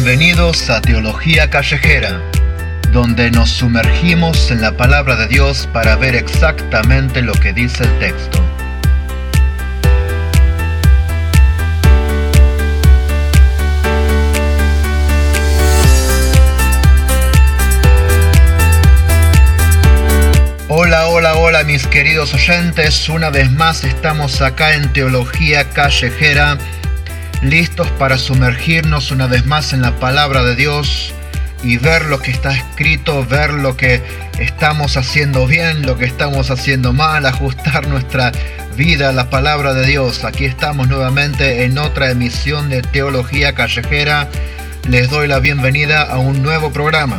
Bienvenidos a Teología Callejera, donde nos sumergimos en la palabra de Dios para ver exactamente lo que dice el texto. Hola mis queridos oyentes, una vez más estamos acá en Teología Callejera, listos para sumergirnos una vez más en la palabra de Dios y ver lo que está escrito, ver lo que estamos haciendo bien, lo que estamos haciendo mal, ajustar nuestra vida a la palabra de Dios. Aquí estamos nuevamente en otra emisión de Teología Callejera. Les doy la bienvenida a un nuevo programa.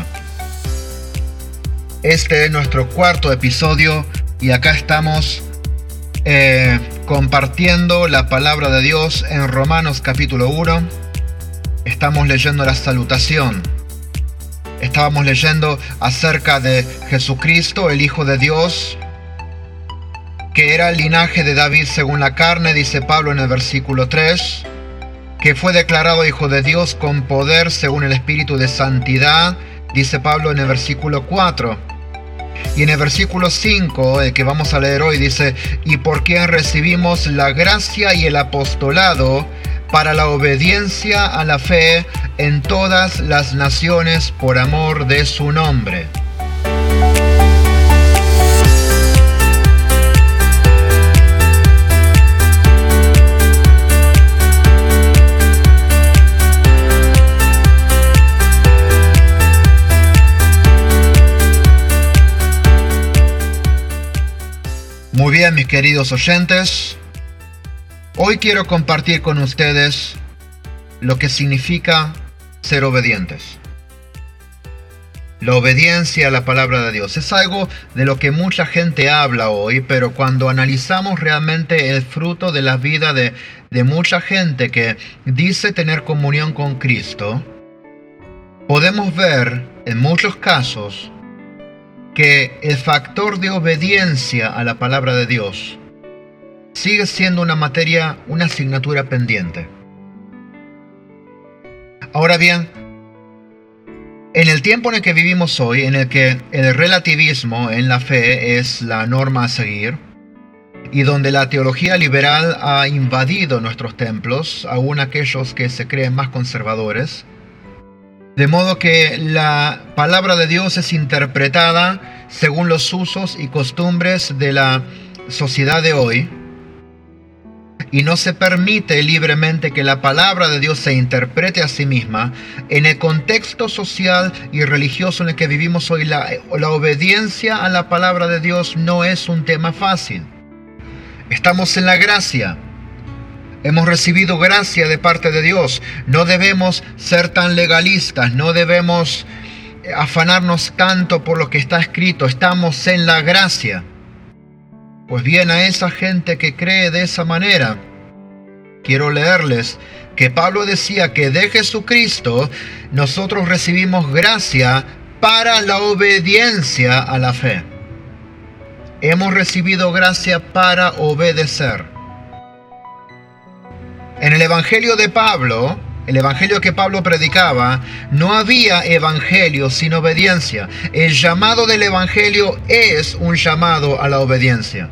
Este es nuestro cuarto episodio y acá estamos compartiendo la palabra de Dios en Romanos capítulo 1. Estamos leyendo la salutación. Estábamos leyendo acerca de Jesucristo, el Hijo de Dios, que era el linaje de David según la carne, dice Pablo en el versículo 3, que fue declarado Hijo de Dios con poder según el Espíritu de Santidad, dice Pablo en el versículo 4. Y en el versículo 5, el que vamos a leer hoy, dice: y por quien recibimos la gracia y el apostolado para la obediencia a la fe en todas las naciones por amor de su nombre. Muy bien, mis queridos oyentes, hoy quiero compartir con ustedes lo que significa ser obedientes. La obediencia a la palabra de Dios es algo de lo que mucha gente habla hoy, pero cuando analizamos realmente el fruto de la vida de mucha gente que dice tener comunión con Cristo, podemos ver en muchos casos que el factor de obediencia a la palabra de Dios sigue siendo una asignatura pendiente. Ahora bien, en el tiempo en el que vivimos hoy, en el que el relativismo en la fe es la norma a seguir, y donde la teología liberal ha invadido nuestros templos, aún aquellos que se creen más conservadores, de modo que la palabra de Dios es interpretada según los usos y costumbres de la sociedad de hoy, y no se permite libremente que la palabra de Dios se interprete a sí misma. En el contexto social y religioso en el que vivimos hoy, la obediencia a la palabra de Dios no es un tema fácil. Estamos en la gracia. Hemos recibido gracia de parte de Dios. No debemos ser tan legalistas, no debemos afanarnos tanto por lo que está escrito. Estamos en la gracia. Pues bien, a esa gente que cree de esa manera, quiero leerles que Pablo decía que de Jesucristo nosotros recibimos gracia para la obediencia a la fe. Hemos recibido gracia para obedecer. En el evangelio de Pablo, el evangelio que Pablo predicaba, no había evangelio sin obediencia. El llamado del evangelio es un llamado a la obediencia.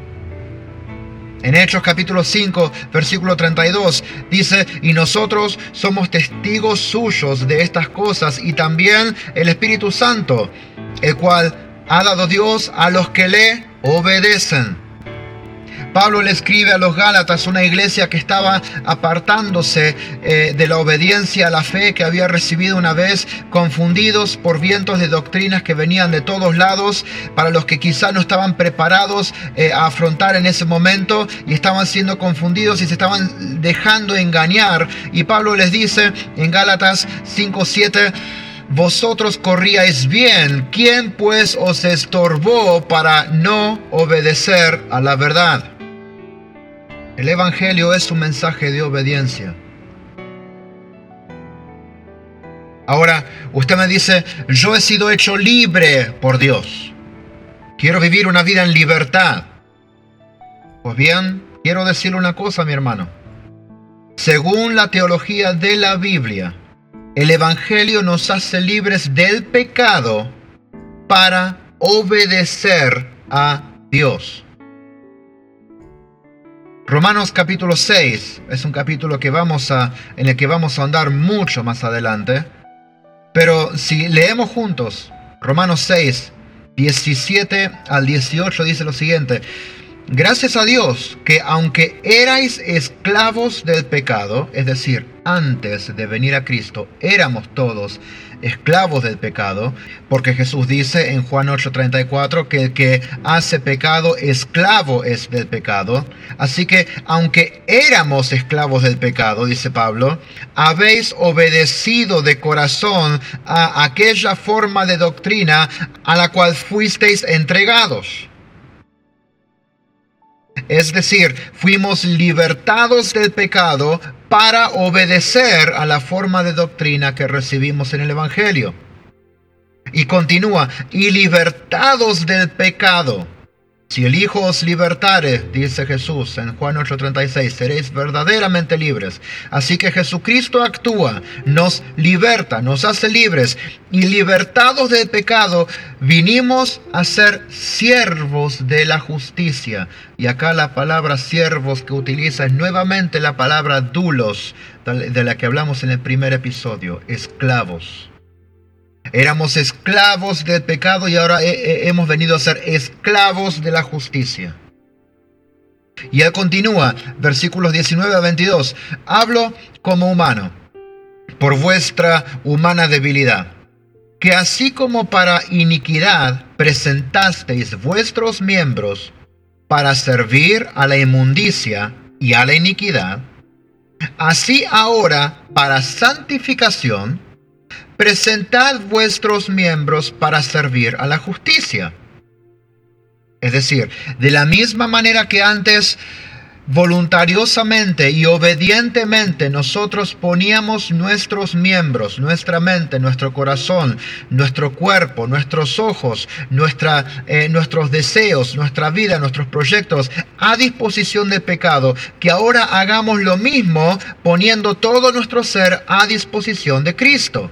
En Hechos capítulo 5, versículo 32, dice: y nosotros somos testigos suyos de estas cosas, y también el Espíritu Santo, el cual ha dado Dios a los que le obedecen. Pablo le escribe a los Gálatas, una iglesia que estaba apartándose de la obediencia a la fe que había recibido una vez, confundidos por vientos de doctrinas que venían de todos lados, para los que quizá no estaban preparados a afrontar en ese momento, y estaban siendo confundidos y se estaban dejando engañar. Y Pablo les dice en Gálatas 5:7: vosotros corríais bien, ¿quién pues os estorbó para no obedecer a la verdad? El evangelio es un mensaje de obediencia. Ahora, usted me dice: yo he sido hecho libre por Dios. Quiero vivir una vida en libertad. Pues bien, quiero decirle una cosa, mi hermano. Según la teología de la Biblia, El Evangelio nos hace libres del pecado para obedecer a Dios. Romanos capítulo 6 es un capítulo en el que vamos a andar mucho más adelante. Pero si leemos juntos, Romanos 6, 17 al 18 dice lo siguiente: gracias a Dios que aunque erais esclavos del pecado, es decir, antes de venir a Cristo, éramos todos esclavos del pecado, porque Jesús dice en Juan 8:34 que el que hace pecado, esclavo es del pecado. Así que aunque éramos esclavos del pecado, dice Pablo, habéis obedecido de corazón a aquella forma de doctrina a la cual fuisteis entregados. Es decir, fuimos libertados del pecado para obedecer a la forma de doctrina que recibimos en el Evangelio. Y continúa, y libertados del pecado. Si el Hijo os libertare, dice Jesús en Juan 8:36, seréis verdaderamente libres. Así que Jesucristo actúa, nos liberta, nos hace libres. Y libertados del pecado, vinimos a ser siervos de la justicia. Y acá la palabra siervos que utiliza es nuevamente la palabra doulos, de la que hablamos en el primer episodio, esclavos. Éramos esclavos del pecado y ahora hemos venido a ser esclavos de la justicia. Y él continúa, versículos 19 a 22. Hablo como humano, por vuestra humana debilidad, que así como para iniquidad presentasteis vuestros miembros para servir a la inmundicia y a la iniquidad, así ahora para santificación presentad vuestros miembros para servir a la justicia. Es decir, de la misma manera que antes voluntariosamente y obedientemente nosotros poníamos nuestros miembros, nuestra mente, nuestro corazón, nuestro cuerpo, nuestros ojos, nuestros deseos, nuestra vida, nuestros proyectos a disposición del pecado, que ahora hagamos lo mismo poniendo todo nuestro ser a disposición de Cristo.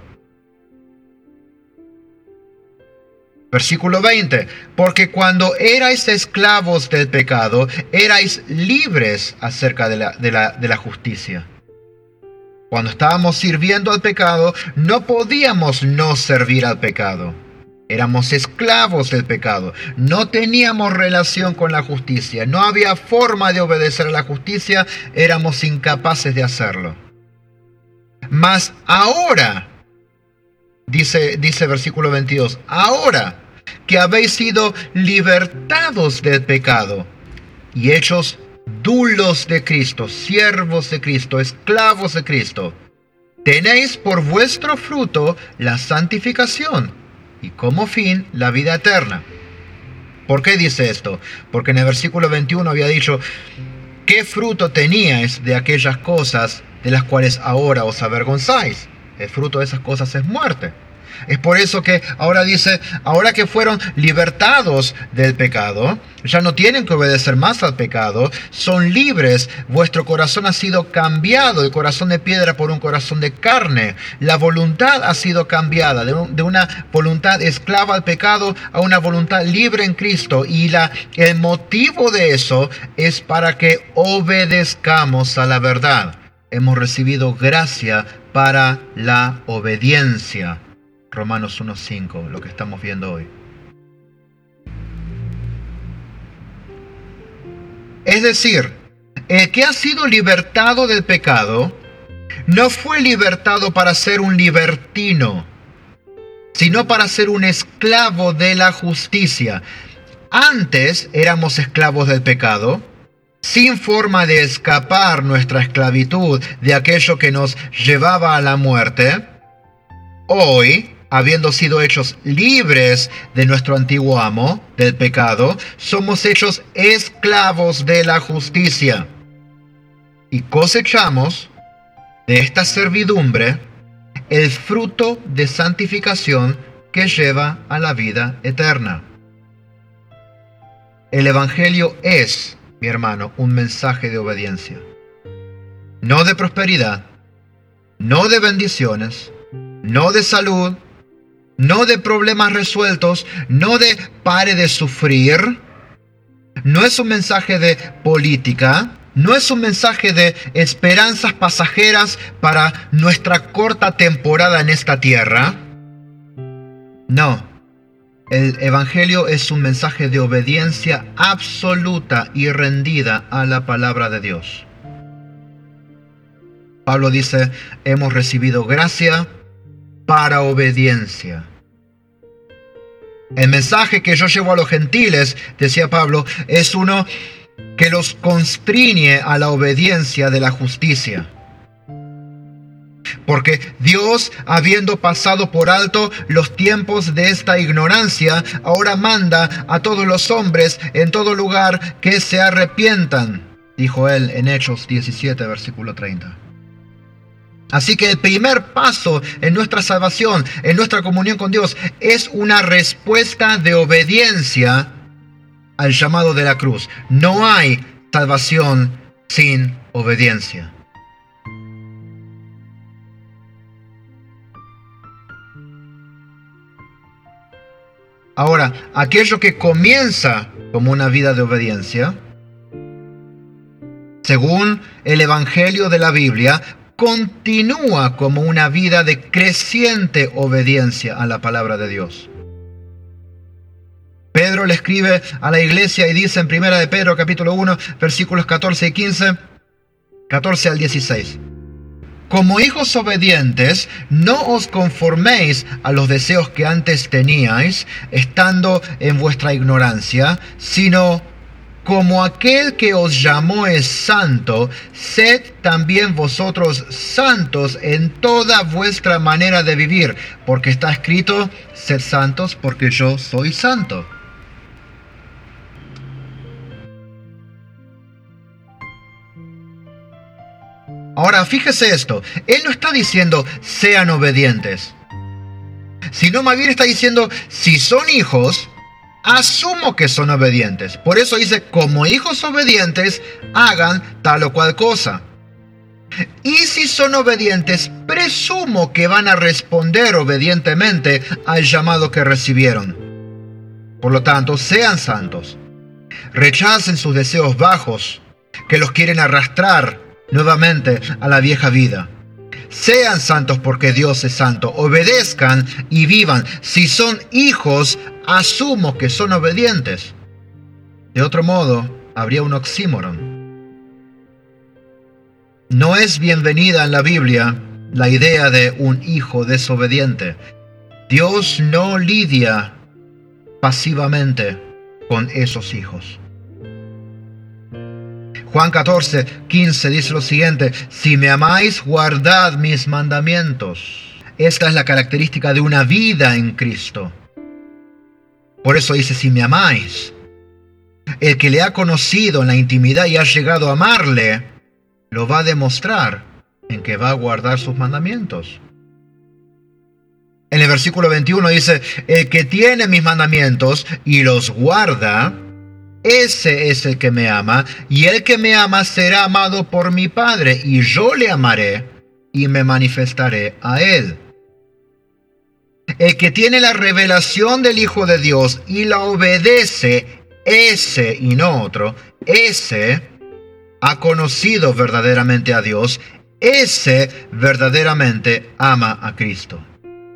Versículo 20, porque cuando erais esclavos del pecado, erais libres acerca de la justicia. Cuando estábamos sirviendo al pecado, no podíamos no servir al pecado. Éramos esclavos del pecado, no teníamos relación con la justicia, no había forma de obedecer a la justicia, éramos incapaces de hacerlo. Mas ahora, dice versículo 22, ahora que habéis sido libertados del pecado y hechos doulos de Cristo, siervos de Cristo, esclavos de Cristo, tenéis por vuestro fruto la santificación y como fin la vida eterna. ¿Por qué dice esto? Porque en el versículo 21 había dicho, ¿qué fruto teníais de aquellas cosas de las cuales ahora os avergonzáis? El fruto de esas cosas es muerte. Es por eso que ahora dice, ahora que fueron libertados del pecado, ya no tienen que obedecer más al pecado, son libres, vuestro corazón ha sido cambiado, el corazón de piedra por un corazón de carne, la voluntad ha sido cambiada de una voluntad esclava al pecado a una voluntad libre en Cristo, y el motivo de eso es para que obedezcamos a la verdad. Hemos recibido gracia para la obediencia. Romanos 1:5, lo que estamos viendo hoy. Es decir, el que ha sido libertado del pecado no fue libertado para ser un libertino, sino para ser un esclavo de la justicia. Antes éramos esclavos del pecado, sin forma de escapar nuestra esclavitud de aquello que nos llevaba a la muerte. Hoy, habiendo sido hechos libres de nuestro antiguo amo, del pecado, somos hechos esclavos de la justicia. Y cosechamos de esta servidumbre el fruto de santificación que lleva a la vida eterna. El Evangelio es, mi hermano, un mensaje de obediencia. No de prosperidad, no de bendiciones, no de salud, no de problemas resueltos, no de pare de sufrir. No es un mensaje de política, no es un mensaje de esperanzas pasajeras para nuestra corta temporada en esta tierra. No, el Evangelio es un mensaje de obediencia absoluta y rendida a la palabra de Dios. Pablo dice, hemos recibido gracia para obediencia. El mensaje que yo llevo a los gentiles, decía Pablo, es uno que los constriñe a la obediencia de la justicia. Porque Dios, habiendo pasado por alto los tiempos de esta ignorancia, ahora manda a todos los hombres en todo lugar que se arrepientan, dijo él en Hechos 17, versículo 30. Así que el primer paso en nuestra salvación, en nuestra comunión con Dios, es una respuesta de obediencia al llamado de la cruz. No hay salvación sin obediencia. Ahora, aquello que comienza como una vida de obediencia, según el Evangelio de la Biblia, continúa como una vida de creciente obediencia a la palabra de Dios. Pedro le escribe a la iglesia y dice en 1 de Pedro capítulo 1, versículos 14 y 15, 14 al 16. Como hijos obedientes, no os conforméis a los deseos que antes teníais, estando en vuestra ignorancia, sino como aquel que os llamó es santo, sed también vosotros santos en toda vuestra manera de vivir, porque está escrito, sed santos porque yo soy santo. Ahora, fíjese esto, él no está diciendo sean obedientes, sino más bien está diciendo, si son hijos, asumo que son obedientes. Por eso dice, como hijos obedientes, hagan tal o cual cosa. Y si son obedientes, presumo que van a responder obedientemente al llamado que recibieron. Por lo tanto, sean santos. Rechacen sus deseos bajos, que los quieren arrastrar nuevamente a la vieja vida. Sean santos porque Dios es santo. Obedezcan y vivan. Si son hijos, asumo que son obedientes. De otro modo, habría un oxímoron. No es bienvenida en la Biblia la idea de un hijo desobediente. Dios no lidia pasivamente con esos hijos. Juan 14, 15 dice lo siguiente, si me amáis, guardad mis mandamientos. Esta es la característica de una vida en Cristo. Por eso dice, si me amáis. El que le ha conocido en la intimidad y ha llegado a amarle, lo va a demostrar en que va a guardar sus mandamientos. En el versículo 21 dice, el que tiene mis mandamientos y los guarda, ese es el que me ama, y el que me ama será amado por mi Padre, y yo le amaré y me manifestaré a él. El que tiene la revelación del Hijo de Dios y la obedece, ese y no otro, ese ha conocido verdaderamente a Dios, ese verdaderamente ama a Cristo.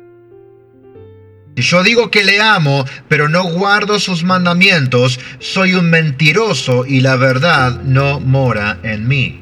Si yo digo que le amo, pero no guardo sus mandamientos, soy un mentiroso y la verdad no mora en mí.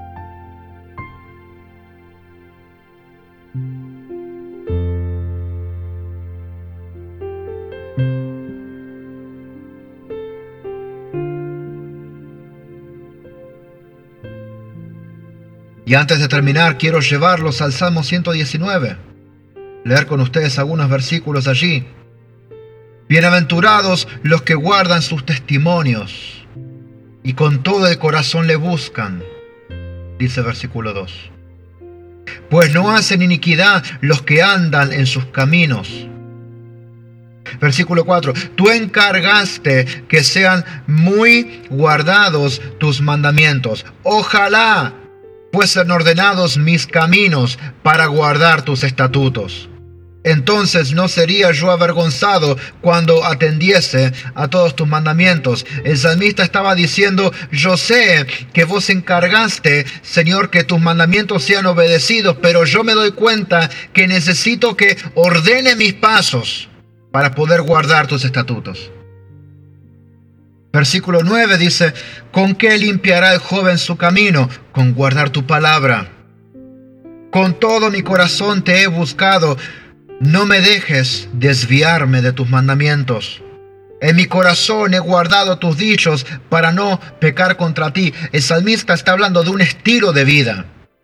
Y antes de terminar, quiero llevarlos al Salmo 119. Leer con ustedes algunos versículos allí. Bienaventurados los que guardan sus testimonios y con todo el corazón le buscan, dice versículo 2. Pues no hacen iniquidad los que andan en sus caminos. Versículo 4. Tú encargaste que sean muy guardados tus mandamientos. Ojalá fuesen ordenados mis caminos para guardar tus estatutos. Entonces no sería yo avergonzado cuando atendiese a todos tus mandamientos. El salmista estaba diciendo: yo sé que vos encargaste, Señor, que tus mandamientos sean obedecidos, pero yo me doy cuenta que necesito que ordene mis pasos para poder guardar tus estatutos. Versículo 9 dice: ¿con qué limpiará el joven su camino? Con guardar tu palabra. Con todo mi corazón te he buscado. No me dejes desviarme de tus mandamientos. En mi corazón he guardado tus dichos para no pecar contra ti. El salmista está hablando de un estilo de vida.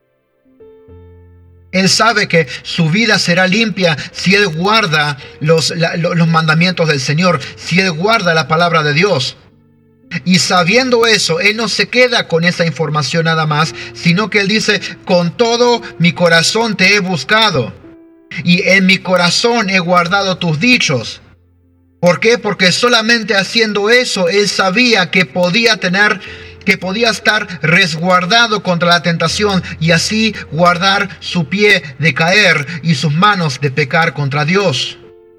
Él sabe que su vida será limpia si él guarda los mandamientos del Señor, si él guarda la palabra de Dios. Y sabiendo eso, él no se queda con esa información nada más, sino que él dice: con todo mi corazón te he buscado. Y en mi corazón he guardado tus dichos. ¿Por qué? Porque solamente haciendo eso, él sabía que podía estar resguardado contra la tentación y así guardar su pie de caer y sus manos de pecar contra Dios.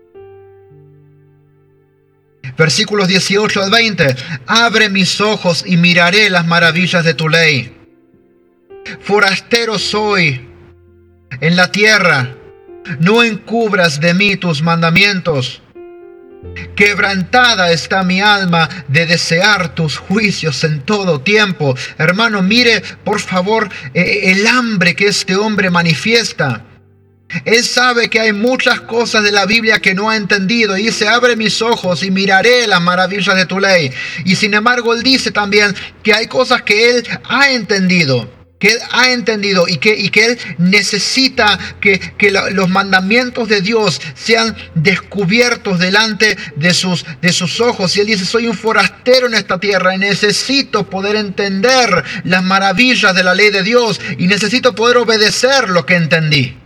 Versículos 18 al 20. Abre mis ojos y miraré las maravillas de tu ley. Forastero soy en la tierra. No encubras de mí tus mandamientos. Quebrantada está mi alma de desear tus juicios en todo tiempo. Hermano, mire por favor el hambre que este hombre manifiesta. Él sabe que hay muchas cosas de la Biblia que no ha entendido. Y dice: abre mis ojos y miraré las maravillas de tu ley. Y sin embargo, él dice también que hay cosas que él ha entendido. Y que él necesita que los mandamientos de Dios sean descubiertos delante de sus ojos. Y él dice: soy un forastero en esta tierra y necesito poder entender las maravillas de la ley de Dios y necesito poder obedecer lo que entendí.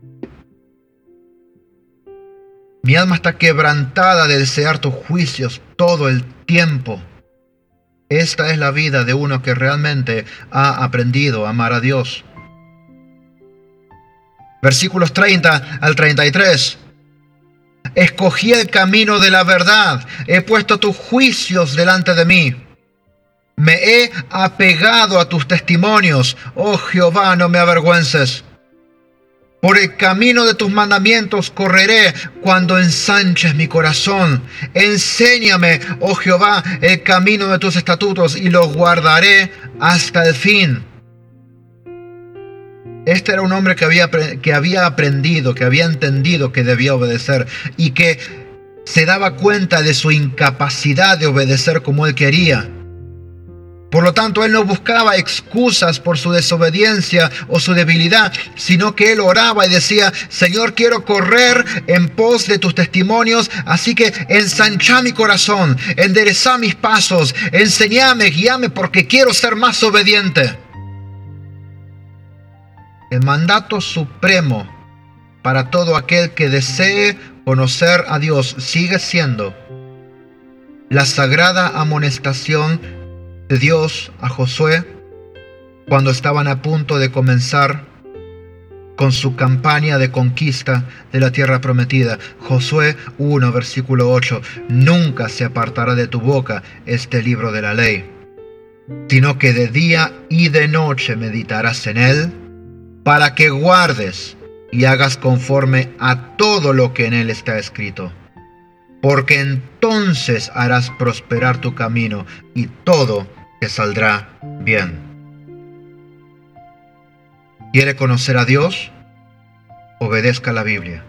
Mi alma está quebrantada de desear tus juicios todo el tiempo. Esta es la vida de uno que realmente ha aprendido a amar a Dios. Versículos 30 al 33. Escogí el camino de la verdad. He puesto tus juicios delante de mí. Me he apegado a tus testimonios. Oh Jehová, no me avergüences. Por el camino de tus mandamientos correré cuando ensanches mi corazón. Enséñame, oh Jehová, el camino de tus estatutos y los guardaré hasta el fin. Este era un hombre que había aprendido, que había entendido que debía obedecer y que se daba cuenta de su incapacidad de obedecer como él quería. Por lo tanto, él no buscaba excusas por su desobediencia o su debilidad, sino que él oraba y decía: Señor, quiero correr en pos de tus testimonios, así que ensancha mi corazón, endereza mis pasos, enséñame, guíame, porque quiero ser más obediente. El mandato supremo para todo aquel que desee conocer a Dios sigue siendo la sagrada amonestación de Dios a Josué cuando estaban a punto de comenzar con su campaña de conquista de la tierra prometida. Josué 1, versículo 8. Nunca se apartará de tu boca este libro de la ley, sino que de día y de noche meditarás en él, para que guardes y hagas conforme a todo lo que en él está escrito. Porque entonces harás prosperar tu camino y todo te saldrá bien. ¿Quiere conocer a Dios? Obedezca la Biblia.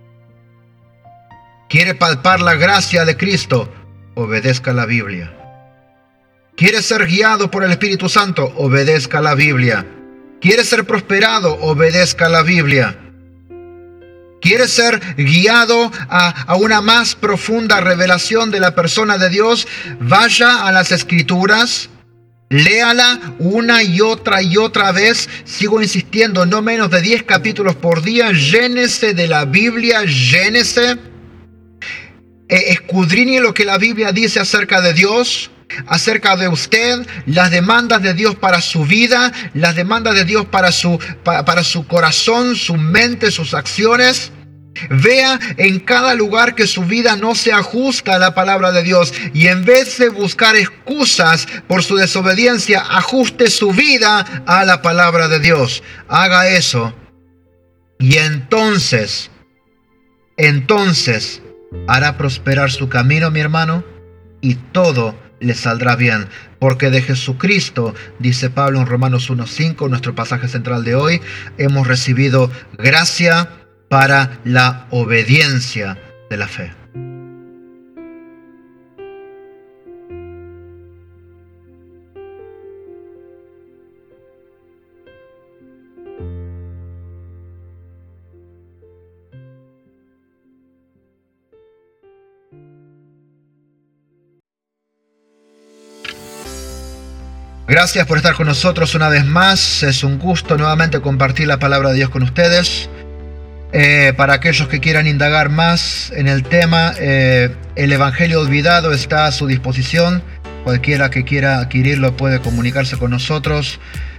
¿Quiere palpar la gracia de Cristo? Obedezca la Biblia. ¿Quiere ser guiado por el Espíritu Santo? Obedezca la Biblia. ¿Quiere ser prosperado? Obedezca la Biblia. ¿Quiere ser guiado a una más profunda revelación de la persona de Dios? Vaya a las Escrituras, léala una y otra vez. Sigo insistiendo, no menos de 10 capítulos por día. Llénese de la Biblia, llénese. Escudriñe lo que la Biblia dice acerca de Dios, acerca de usted, las demandas de Dios para su vida, las demandas de Dios para su corazón, su mente, sus acciones. Vea en cada lugar que su vida no se ajusta a la palabra de Dios y en vez de buscar excusas por su desobediencia, ajuste su vida a la palabra de Dios. Haga eso y entonces hará prosperar su camino, mi hermano, y todo le saldrá bien. Porque de Jesucristo, dice Pablo en Romanos 1:5, nuestro pasaje central de hoy, hemos recibido gracia para la obediencia de la fe. Gracias por estar con nosotros una vez más. Es un gusto nuevamente compartir la palabra de Dios con ustedes. Para aquellos que quieran indagar más en el tema, el Evangelio Olvidado está a su disposición. Cualquiera que quiera adquirirlo puede comunicarse con nosotros.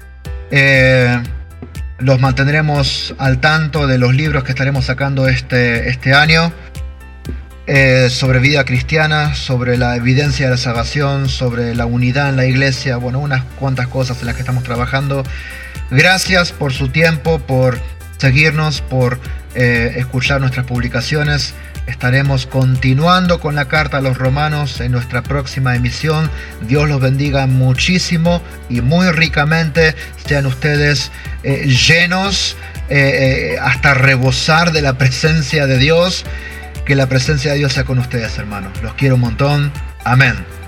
Los mantendremos al tanto de los libros que estaremos sacando este año. Sobre vida cristiana, sobre la evidencia de la salvación, sobre la unidad en la iglesia, bueno, unas cuantas cosas en las que estamos trabajando. Gracias por su tiempo, por seguirnos, por escuchar nuestras publicaciones. Estaremos continuando con la carta a los romanos en nuestra próxima emisión. Dios los bendiga muchísimo y muy ricamente. Sean ustedes llenos hasta rebosar de la presencia de Dios. Que la presencia de Dios sea con ustedes, hermanos. Los quiero un montón. Amén.